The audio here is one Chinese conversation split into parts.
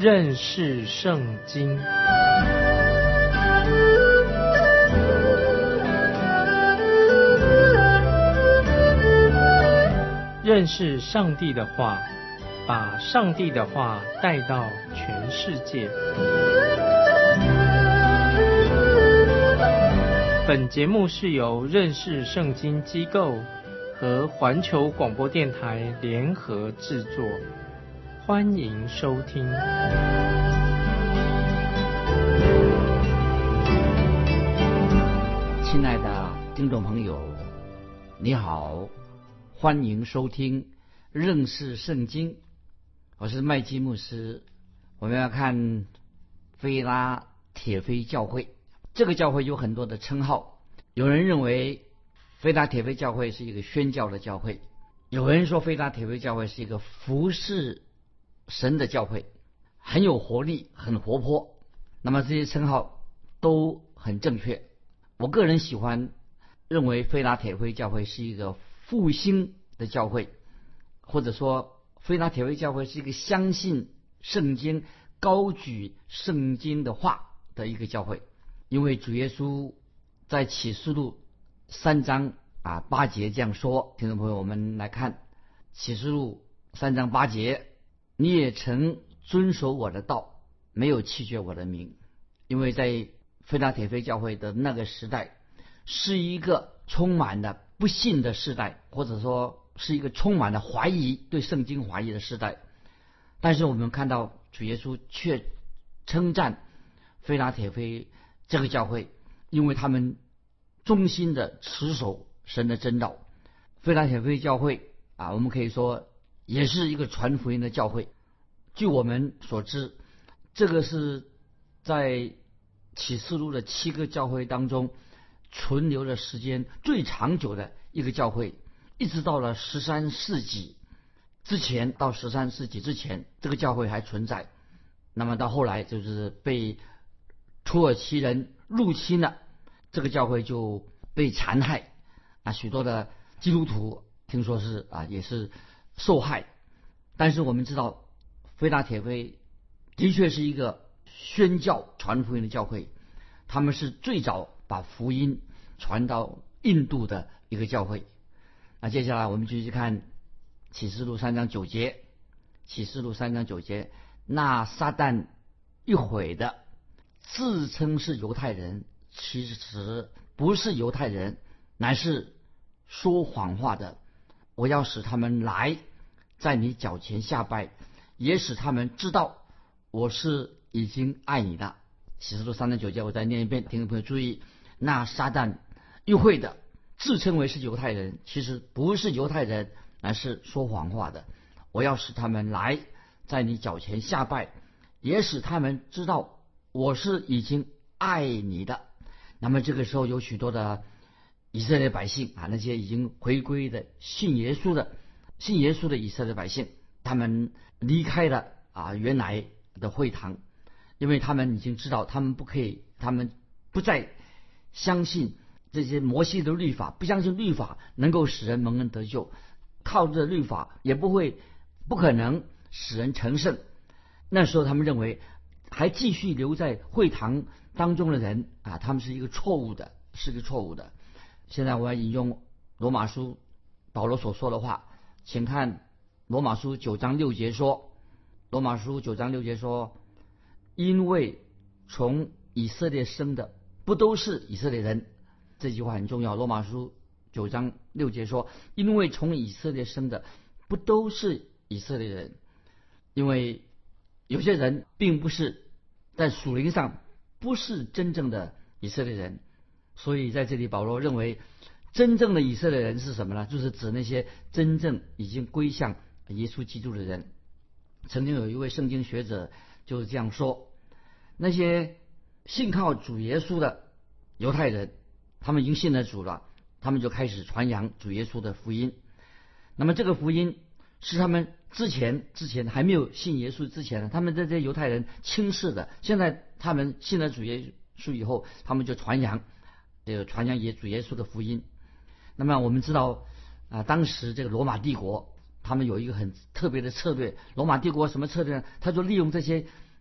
认识圣经。认识上帝的话，把上帝的话带到全世界。本节目是由认识圣经机构和环球广播电台联合制作，欢迎收听。 亲爱的听众朋友，你好，欢迎收听认识圣经，我是麦基牧师。我们要看菲拉铁非教会，这个教会有很多的称号。有人认为菲拉铁非教会是一个宣教的教会，有人说菲拉铁非教会是一个服侍神的教会，很有活力，很活泼。那么这些称号都很正确。我个人喜欢认为菲拉铁非教会是一个复兴的教会，或者说菲拉铁非教会是一个相信圣经、高举圣经的话的一个教会。因为主耶稣在启示录3章8节这样说，听众朋友，我们来看启示录3章8节，你也曾遵守我的道，没有弃绝我的名。因为在菲拉铁非教会的那个时代，是一个充满了不信的时代，或者说是一个充满了怀疑，对圣经怀疑的时代。但是我们看到主耶稣却称赞菲拉铁非这个教会，因为他们忠心的持守神的真道。菲拉铁非教会我们可以说也是一个传福音的教会。据我们所知，这个是在启示录的7个教会当中存留的时间最长久的一个教会，一直到了13世纪之前，到13世纪之前，这个教会还存在。那么到后来就是被土耳其人入侵了，这个教会就被残害许多的基督徒听说是也是受害。但是我们知道菲拉铁非的确是一个宣教传福音的教会，他们是最早把福音传到印度的一个教会。那接下来我们继续看启示录3章9节。启示录3章9节，那撒旦一会的自称是犹太人，其实不是犹太人，乃是说谎话的。我要使他们来，在你脚前下拜，也使他们知道我是已经爱你的。启示录3章9节，我再念一遍，听众朋友注意，那撒旦一会的自称为是犹太人，其实不是犹太人，乃是说谎话的。我要使他们来，在你脚前下拜，也使他们知道我是已经爱你的。那么这个时候有许多的以色列百姓那些已经回归的信耶稣的以色列百姓，他们离开了原来的会堂，因为他们已经知道他们不再相信这些摩西的律法，不相信律法能够使人蒙恩得救，靠着律法也不可能使人成圣。那时候他们认为还继续留在会堂当中的人他们是一个错误的。现在我要引用罗马书保罗所说的话，请看罗马书9章6节说，罗马书9章6节说，因为从以色列生的不都是以色列人。这句话很重要。罗马书9章6节说，因为从以色列生的不都是以色列人。因为有些人并不是在属灵上不是真正的以色列人，所以在这里保罗认为真正的以色列人是什么呢？就是指那些真正已经归向耶稣基督的人。曾经有一位圣经学者就是这样说，那些信靠主耶稣的犹太人，他们已经信了主了，他们就开始传扬主耶稣的福音。那么这个福音是他们之前还没有信耶稣之前呢，他们这些犹太人轻视的。现在他们信了主耶稣以后，他们就传扬主耶稣的福音。那么我们知道当时这个罗马帝国他们有一个很特别的策略。罗马帝国什么策略呢？他就利用这些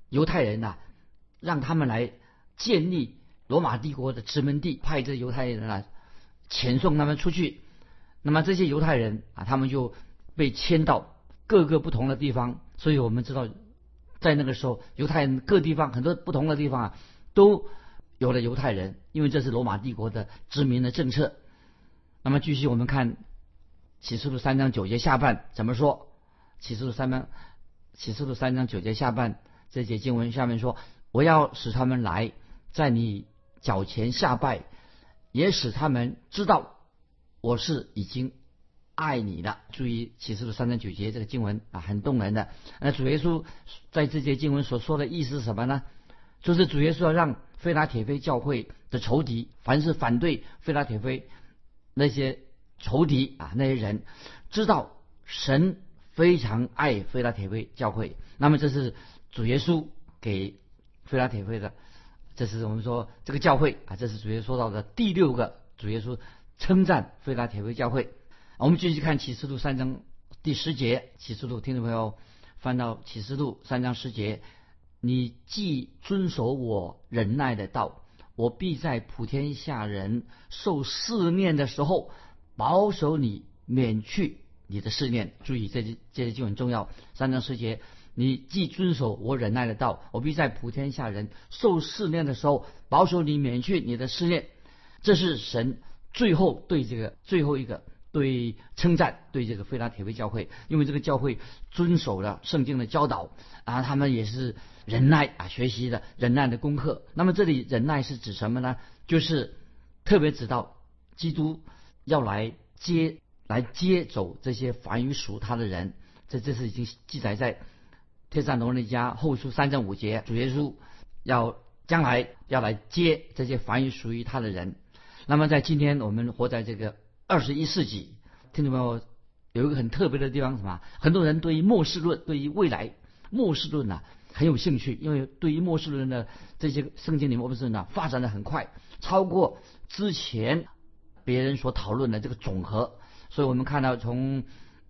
犹太人让他们来建立罗马帝国的殖民地，派这犹太人遣送他们出去。那么这些犹太人他们就被迁到各个不同的地方。所以我们知道，在那个时候，犹太人各地方很多不同的地方都有了犹太人，因为这是罗马帝国的殖民的政策。那么继续我们看启示录3章9节下半怎么说。启示录3章9节下半这节经文下面说，我要使他们来在你脚前下拜，也使他们知道我是已经爱你了。注意启示录3章9节这个经文很动人的。那主耶稣在这节经文所说的意思是什么呢？就是主耶稣要让腓拉铁非教会的仇敌，凡是反对腓拉铁非那些仇敌那些人，知道神非常爱腓拉铁非教会。那么这是主耶稣给腓拉铁非的，这是我们说这个教会这是主耶稣说到的第6个主耶稣称赞腓拉铁非教会。我们继续看启示录3章第10节。启示录听众朋友翻到启示录3章10节，你既遵守我忍耐的道，我必在普天下人受试炼的时候保守你，免去你的试炼。注意这些就很重要。3章10节，你既遵守我忍耐的道，我必在普天下人受试炼的时候保守你，免去你的试炼。这是神最后对最后一个对称赞，对这个腓拉铁非教会，因为这个教会遵守了圣经的教导他们也是忍耐学习的忍耐的功课。那么这里忍耐是指什么呢？就是特别指到基督要来接走这些凡于属他的人。这是已经记载在帖撒罗尼迦后书3章5节，主耶稣将来要来接这些凡于属于他的人。那么在今天我们活在这个21世纪，听众朋友有一个很特别的地方，什么？很多人对于末世论，对于未来末世论很有兴趣，因为对于末世论的这些圣经里面末世论发展的很快，超过之前别人所讨论的这个总和。所以我们看到从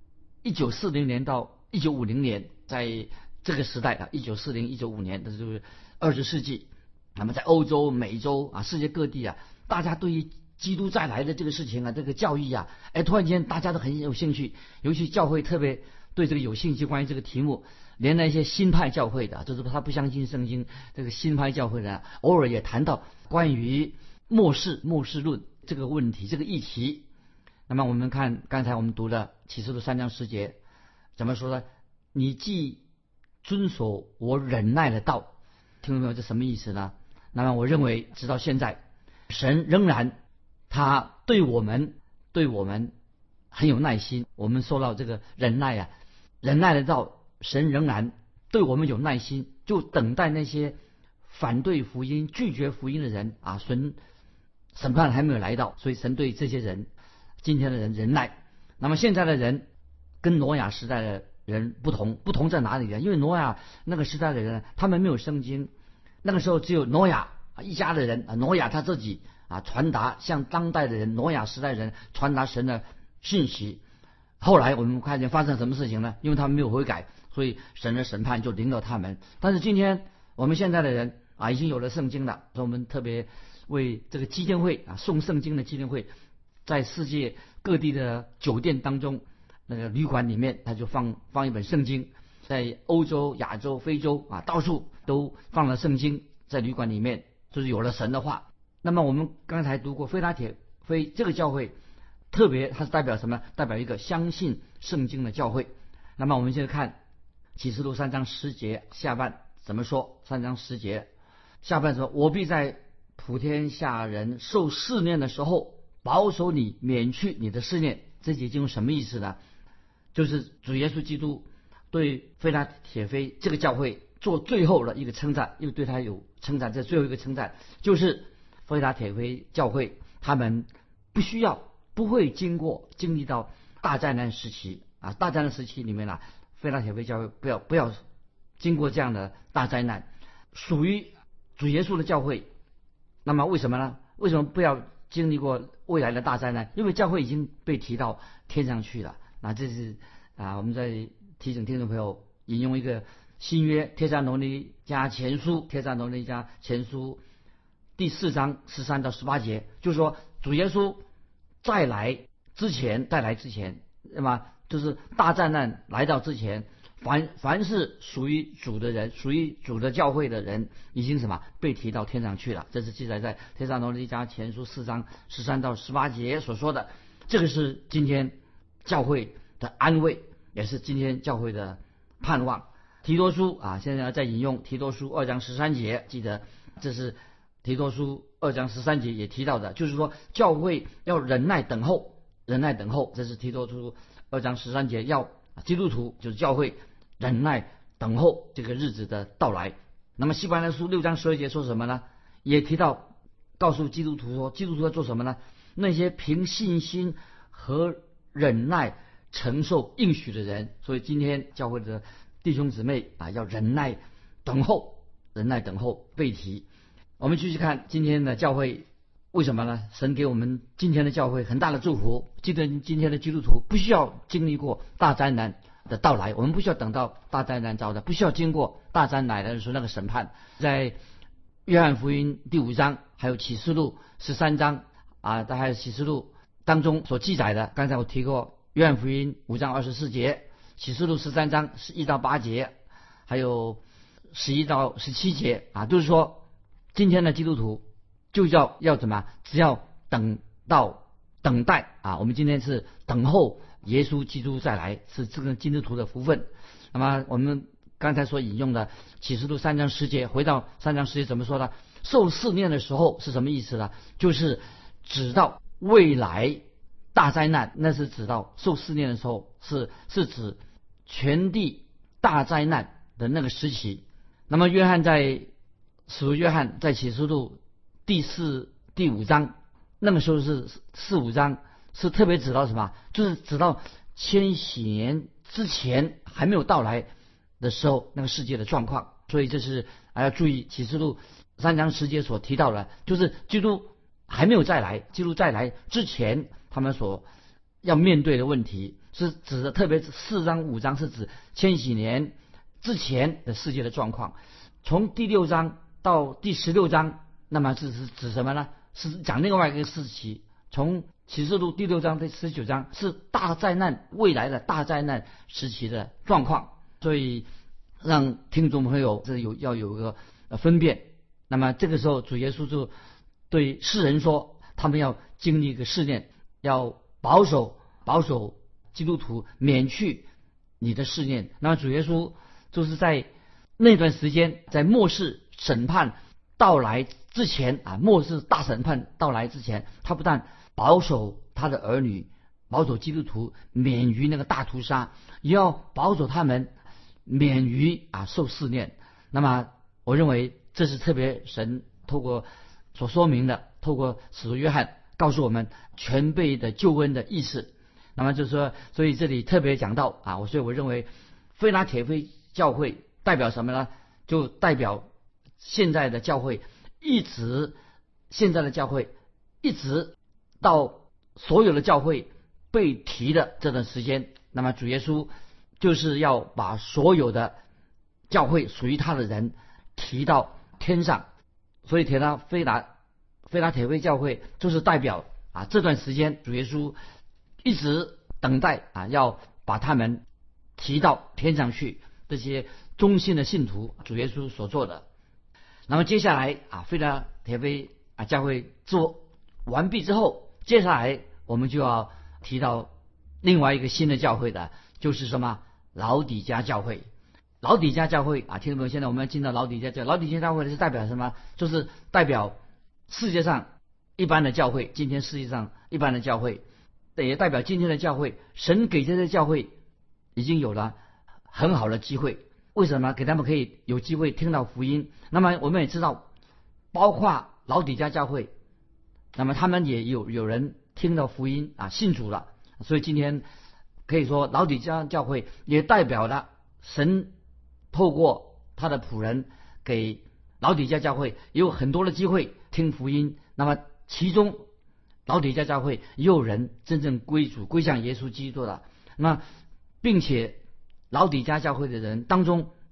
1940年到1950年，在这个时代1940、1950年，这就是20世纪。那么在欧洲、美洲世界各地大家对于基督再来的这个事情这个教义突然间大家都很有兴趣，尤其教会特别对这个有兴趣。关于这个题目，连那些新派教会的，就是他不相信圣经这个新派教会的偶尔也谈到关于末世论这个问题，这个议题。那么我们看刚才我们读的启示录3章10节怎么说呢？你既遵守我忍耐的道，听众朋友，这什么意思呢？那么我认为直到现在，神仍然他对我们很有耐心。我们说到这个忍耐忍耐的道，神仍然对我们有耐心，就等待那些反对福音、拒绝福音的人审判还没有来到，所以神对这些人，今天的人忍耐。那么现在的人跟挪亚时代的人不同在哪里呢？因为挪亚那个时代的人他们没有圣经，那个时候只有挪亚一家的人挪亚他自己传达向当代的人，挪亚时代人传达神的信息。后来我们看见发生什么事情呢？因为他们没有悔改，所以神的审判就临到他们。但是今天我们现在的人已经有了圣经了，所以我们特别为这个基金会送圣经的基金会，在世界各地的酒店当中，那个旅馆里面他就放一本圣经，在欧洲、亚洲、非洲到处都放了圣经在旅馆里面，就是有了神的话。那么我们刚才读过腓拉铁非这个教会，特别它是代表什么？代表一个相信圣经的教会。那么我们现在看启示录3章10节下半怎么说？3章10节下半说，我必在普天下人受试炼的时候保守你，免去你的试炼。这节经文什么意思呢？就是主耶稣基督对腓拉铁非这个教会做最后的一个称赞，又对他有称赞。这最后一个称赞就是腓拉铁非教会他们不会经历到大灾难时期大灾难时期里面腓拉铁非教会不要经过这样的大灾难，属于主耶稣的教会。那么为什么呢？为什么不要经历过未来的大灾难？因为教会已经被提到天上去了。那这是我们在提醒听众朋友引用一个新约帖撒罗尼迦前书第4章13到18节，就是说主耶稣再来之前，那么就是大灾难来到之前，凡是属于主的人，属于主的教会的人，已经什么被提到天上去了。这是记载在帖撒罗尼迦前书4章13到18节所说的。这个是今天教会的安慰，也是今天教会的盼望。提多书现在在引用提多书2章13节，记得这是提多书2章13节也提到的，就是说教会要忍耐等候。这是提多书2章13节，要基督徒就是教会忍耐等候这个日子的到来。那么希伯来书6章12节说什么呢？也提到告诉基督徒说，基督徒要做什么呢？那些凭信心和忍耐承受应许的人。所以今天教会的弟兄姊妹要忍耐等候被提。我们继续看今天的教会，为什么呢？神给我们今天的教会很大的祝福。今天的基督徒不需要经历过大灾难的到来，我们不需要等到大灾难到来，不需要经过大灾难来的时候那个审判。在约翰福音第5章，还有启示录13章还有启示录当中所记载的，刚才我提过约翰福音5章24节，启示录13章1到8节，还有11到17节就是说今天的基督徒就要怎么？只要等待我们今天是等候耶稣基督再来，是这个基督徒的福分。那么我们刚才所引用的启示录3章10节，回到3章10节怎么说呢？受试炼的时候是什么意思呢？就是指到未来大灾难，那是指到受试炼的时候，是指全地大灾难的那个时期。那么使徒约翰在启示录第5章，那个时候是4、5章，是特别指到什么？就是指到千禧年之前还没有到来的时候那个世界的状况。所以这是要注意启示录3章10节所提到的，就是基督还没有再来，基督再来之前他们所要面对的问题，是指的特别4章5章是指千禧年之前的世界的状况。从第6章到第16章，那么这是指什么呢？是讲另外一个时期。从启示录第6章到19章是大灾难，未来的大灾难时期的状况。所以让听众朋友要有一个分辨。那么这个时候主耶稣就对世人说，他们要经历一个试炼，要保守基督徒免去你的试炼。那么主耶稣就是在那段时间，在末世审判到来之前末世大审判到来之前，他不但保守他的儿女，保守基督徒免于那个大屠杀，也要保守他们免于受试炼。那么我认为这是特别神透过所说明的，透过使徒约翰告诉我们全备的救恩的意思。那么就是说，所以这里特别讲到所以我认为非拉铁非教会代表什么呢？就代表现在的教会，一直到所有的教会被提的这段时间。那么主耶稣就是要把所有的教会属于他的人提到天上，所以提到非拉铁非教会就是代表这段时间主耶稣一直等待要把他们提到天上去，这些忠心的信徒主耶稣所做的。那么接下来非拉铁非教会做完毕之后，接下来我们就要提到另外一个新的教会的，就是什么？老底嘉教会。老底嘉教会听众朋友，现在我们要进到老底嘉教会。老底嘉教会是代表什么？就是代表世界上一般的教会，今天世界上一般的教会，也代表今天的教会。神给这些教会已经有了很好的机会，为什么？给他们可以有机会听到福音。那么我们也知道，包括老底嘉教会，那么他们也有人听到福音信主了。所以今天可以说老底嘉教会也代表了神透过他的仆人给老底嘉教会也有很多的机会听福音。那么其中老底嘉教会也有人真正归主归向耶稣基督的。那并且老底嘉教会的人当中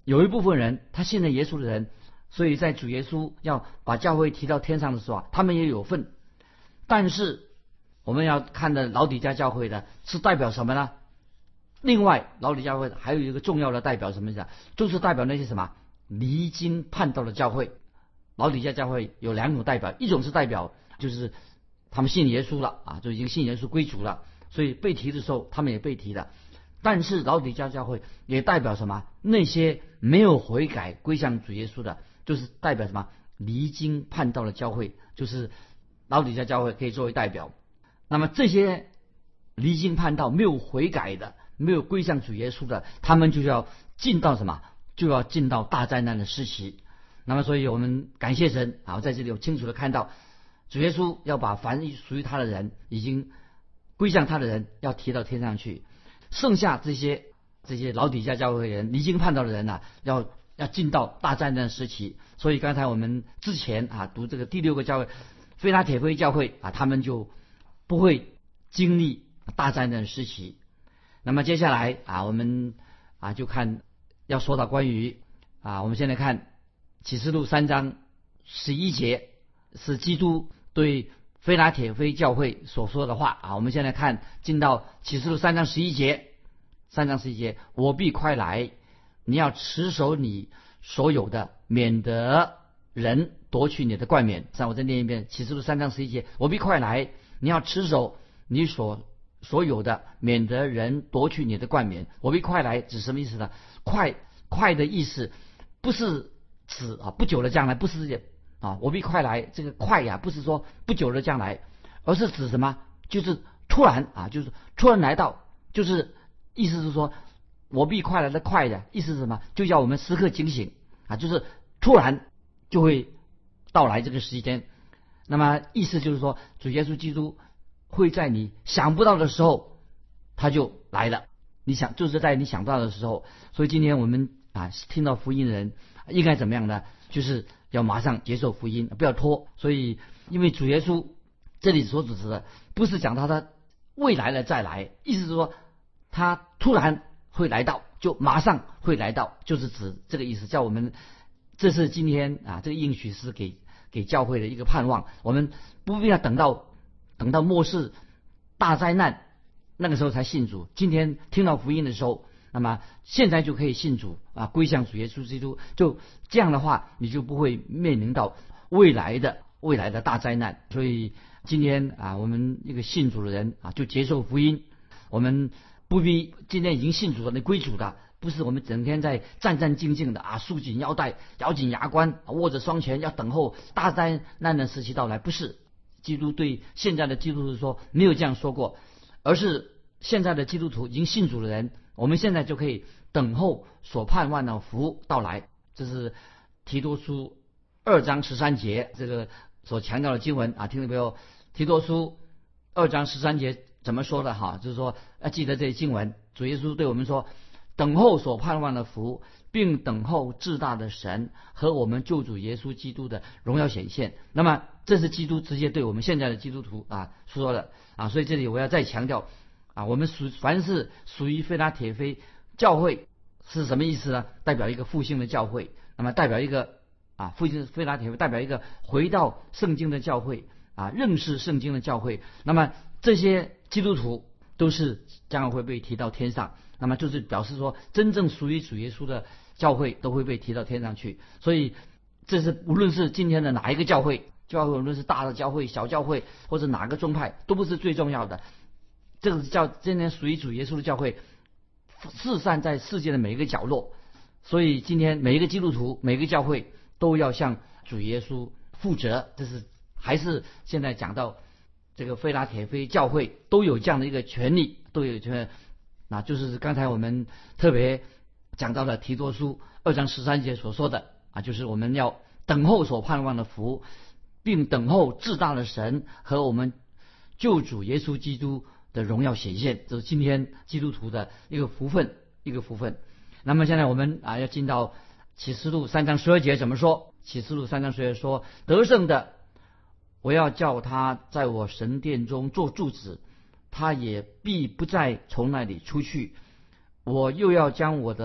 有一部分人他信了耶稣的人，所以在主耶稣要把教会提到天上的时候他们也有份。但是我们要看的老底嘉教会的是代表什么呢？另外老底嘉教会还有一个重要的代表什么意思？就是代表那些什么离经叛道的教会。老底嘉教会有2种代表，一种是代表就是他们信耶稣了就已经信耶稣归主了，所以被提的时候他们也被提了。但是老底嘉教会也代表什么？那些没有悔改归向主耶稣的，就是代表什么？离经叛道的教会，就是老底嘉教会可以作为代表。那么这些离经叛道、没有悔改的、没有归向主耶稣的，他们就要进到什么？就要进到大灾难的时期。那么所以我们感谢神在这里有清楚的看到，主耶稣要把凡属于他的人，已经归向他的人，要提到天上去。剩下这些老底嘉教会的人、离经叛道的人要进到大灾难的时期。所以刚才我们之前读这个第6个教会非拉铁非教会他们就不会经历大灾难的时期。那么接下来我们就看要说到关于我们现在看启示录3章11节，是基督对非拉铁非教会所说的话我们现在看进到启示录3章11节，3章11节，我必快来，你要持守你所有的，免得人夺取你的冠冕。我再念一遍，启示录3章11节，我必快来，你要持守你所有的，免得人夺取你的冠冕。我必快来指什么意思呢？快的意思不是指不久的将来，不是我必快来，这个快不是说不久的将来，而是指什么？就是突然就是突然来到，就是意思是说我必快来的快的意思是什么？就叫我们时刻警醒就是突然就会到来这个时间。那么意思就是说，主耶稣基督会在你想不到的时候他就来了，就是在你想不到的时候。所以今天我们听到福音的人应该怎么样呢？就是要马上接受福音，不要拖。所以因为主耶稣这里所指的不是讲他的未来的再来，意思是说他突然会来到，就马上会来到，就是指这个意思。叫我们这是今天这个应许是给教会的一个盼望，我们不必要等到末世大灾难那个时候才信主。今天听到福音的时候，那么现在就可以信主归向主耶稣基督，就这样的话你就不会面临到未来的大灾难。所以今天我们一个信主的人就接受福音，我们不必今天已经信主了，你归主的不是我们整天在战战兢兢的束紧腰带、咬紧牙关、握着双拳，要等候大灾难的时期到来。不是，基督对现在的基督徒说没有这样说过，而是现在的基督徒已经信主的人，我们现在就可以等候所盼望的福到来。这是提多书2章13节这个所强调的经文听到没有？提多书2章13节怎么说的就是说要记得这些经文。主耶稣对我们说，等候所盼望的福，并等候至大的神和我们救主耶稣基督的荣耀显现。那么这是基督直接对我们现在的基督徒说的所以这里我要再强调我们凡是属于非拉铁非教会是什么意思呢？代表一个复兴的教会，那么代表一个复兴非拉铁非代表一个回到圣经的教会认识圣经的教会。那么这些基督徒都是将会被提到天上，那么就是表示说真正属于主耶稣的教会都会被提到天上去。所以这是无论是今天的哪一个教会无论是大的教会、小教会或者哪个宗派都不是最重要的，这个叫今天属于主耶稣的教会四散在世界的每一个角落。所以今天每一个基督徒、每一个教会都要向主耶稣负责。这是还是现在讲到这个非拉铁非教会都有这样的一个权利，都有权。那就是刚才我们特别讲到了提多书2章13节所说的就是我们要等候所盼望的福，并等候至大的神和我们救主耶稣基督的荣耀显现。这是今天基督徒的一个福分。那么现在我们要进到启示录3章12节怎么说？启示录3章12节说，得胜的我要叫他在我神殿中做柱子，他也必不再从那里出去。我又要将我的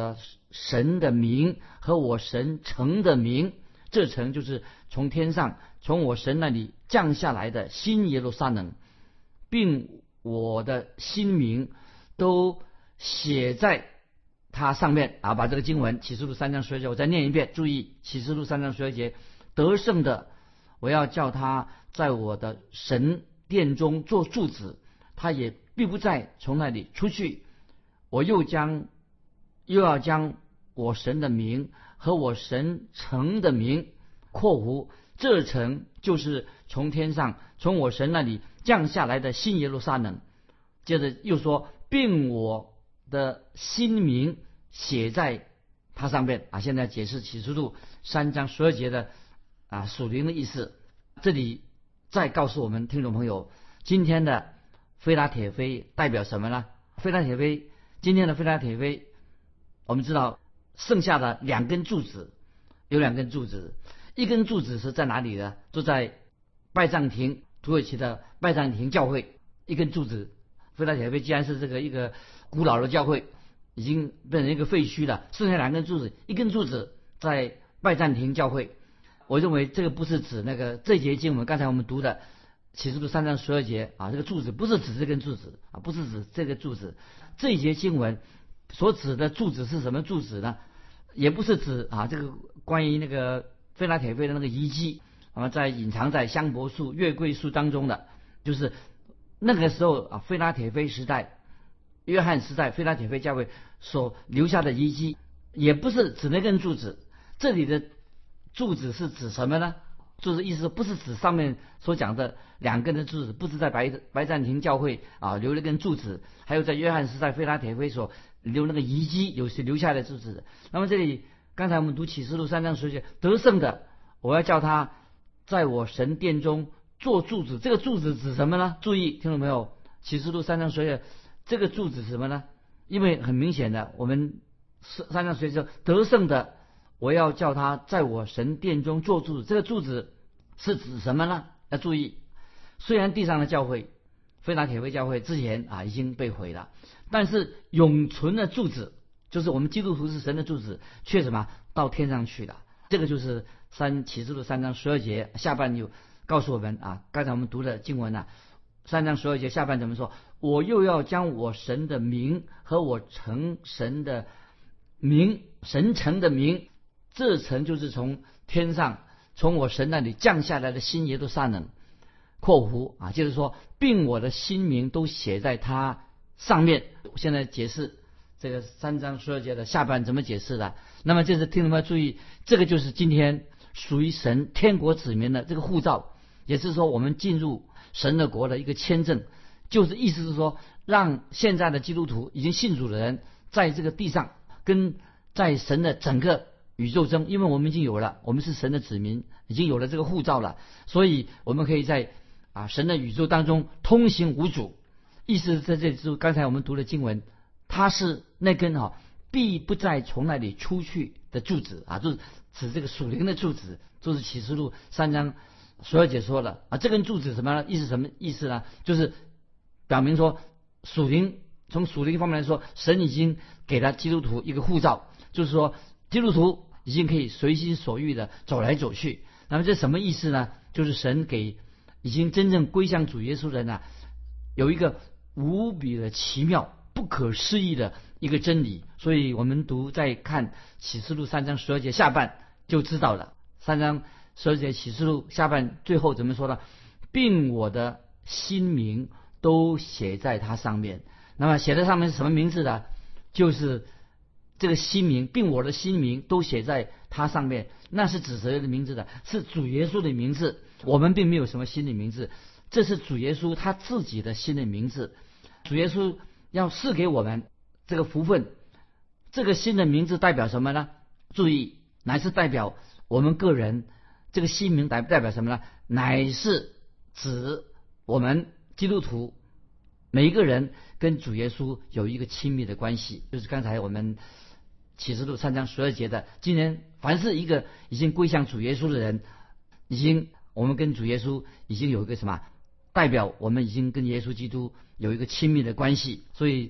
神的名和我神城的名，这城就是从天上从我神那里降下来的新耶路撒冷，并我的新名都写在它上面啊。把这个经文启示录3章12节我再念一遍，注意启示录3章12节，得胜的我要叫他在我的神殿中做柱子，他也必不再从那里出去。我又要将我神的名和我神城的名括弧，这城就是从天上从我神那里降下来的新耶路撒冷。接着又说，并我的新名写在它上面啊。现在解释启示录3章12节的属灵的意思。这里再告诉我们听众朋友，今天的非拉铁非代表什么呢？今天的非拉铁非，我们知道剩下的2根柱子，有2根柱子，一根柱子是在哪里呢？就在拜占庭，土耳其的拜占庭教会。一根柱子，非拉铁非既然是这个一个古老的教会，已经变成一个废墟了，剩下2根柱子，一根柱子在拜占庭教会。我认为这个不是指这节经文刚才我们读的启示录3章12节这个柱子不是指这根柱子不是指这个柱子。这一节经文所指的柱子是什么柱子呢？也不是指这个关于那个非拉铁非的那个遗迹在隐藏在香柏树、月桂树当中的，就是那个时候非拉铁非时代、约翰时代非拉铁非教会所留下的遗迹，也不是指那根柱子。这里的柱子是指什么呢？就是意思不是指上面所讲的2根的柱子，不是在白占庭教会留了根柱子，还有在约翰时代非拉铁非所留那个遗迹，有些留下的柱子。那么这里刚才我们读启示录3章10节，得胜的我要叫他在我神殿中做柱子。这个柱子指什么呢？注意听众朋友，启示录3章10节这个柱子是什么呢？因为很明显的，我们3章10节得胜的我要叫他在我神殿中做柱子。这个柱子是指什么呢？要注意，虽然地上的教会非拉铁非教会之前已经被毁了，但是永存的柱子，就是我们基督徒是神的柱子，却什么到天上去了。这个就是启示录3章12节下半就告诉我们刚才我们读的经文3章12节下半怎么说？我又要将我神的名和我神的名，神城的名，这城就是从天上从我神那里降下来的新耶路撒冷括弧就是说并我的新名都写在它上面。现在解释这个3章12节的下半怎么解释的。那么就是听众们注意，这个就是今天属于神天国子民的这个护照，也是说我们进入神的国的一个签证，就是意思是说让现在的基督徒已经信主的人在这个地上跟在神的整个宇宙中，因为我们已经有了，我们是神的子民，已经有了这个护照了，所以我们可以在神的宇宙当中通行无阻。意思在这里就是刚才我们读的经文，它是那根必不再从那里出去的柱子就是指这个属灵的柱子，就是启示录3章12节说了这根柱子什么呢？什么意思呢？就是表明说从属灵方面来说，神已经给了基督徒一个护照，就是说基督徒已经可以随心所欲的走来走去。那么这什么意思呢？就是神给已经真正归向主耶稣的人有一个无比的奇妙不可思议的一个真理。所以我们再看启示录3章12节下半就知道了。3章12节启示录下半最后怎么说呢？并我的新名都写在它上面。那么写在上面是什么名字呢？就是这个新名，并我的新名都写在它上面，那是指谁的名字的？是主耶稣的名字。我们并没有什么新的名字，这是主耶稣他自己的新的名字。主耶稣要赐给我们这个福分，这个新的名字代表什么呢？注意，乃是代表我们个人。这个新名代表什么呢？乃是指我们基督徒每一个人跟主耶稣有一个亲密的关系，就是刚才我们启示录3章12节的，今天凡是一个已经归向主耶稣的人，我们跟主耶稣已经有一个什么代表，我们已经跟耶稣基督有一个亲密的关系。所以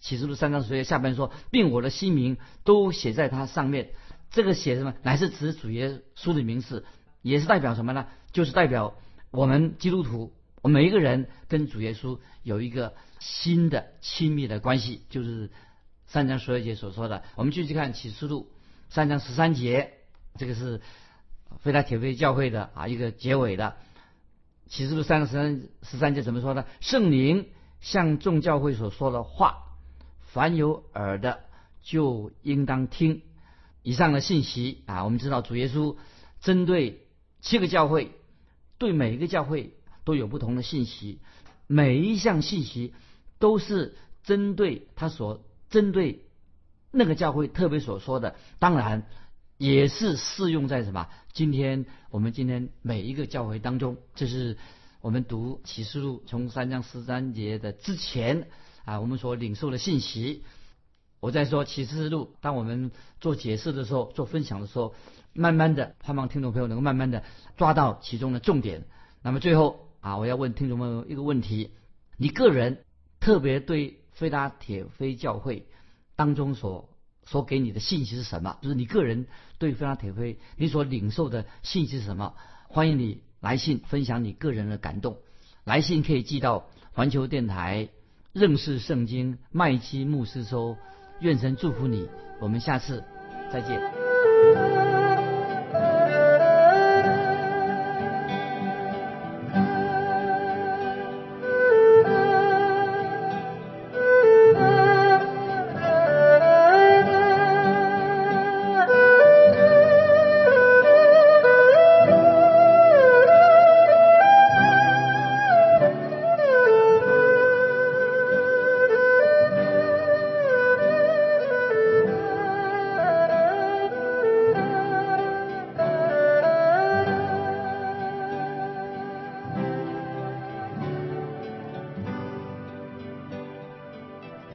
启示录3章10节下半说，并我的新名都写在它上面。这个写什么？乃是指主耶稣的名字，也是代表什么呢？就是代表我们基督徒，我们每一个人跟主耶稣有一个新的亲密的关系，就是3章12节所说的。我们继续看启示录3章13节，这个是非拉铁非教会的一个结尾的。启示录3章13节怎么说呢？圣灵向众教会所说的话，凡有耳的就应当听。以上的信息我们知道主耶稣针对7个教会，对每一个教会都有不同的信息，每一项信息都是针对那个教会特别所说的，当然也是适用在什么？我们今天每一个教会当中。这是我们读启示录从3章13节的之前我们所领受的信息。我在说启示录，当我们做解释的时候，做分享的时候，慢慢的盼望听众朋友能够慢慢的抓到其中的重点。那么最后我要问听众朋友一个问题：你个人特别对非拉铁非教会当中所给你的信息是什么？就是你个人对非拉铁非你所领受的信息是什么？欢迎你来信分享你个人的感动。来信可以寄到环球电台认识圣经麦基牧师收。愿神祝福你，我们下次再见。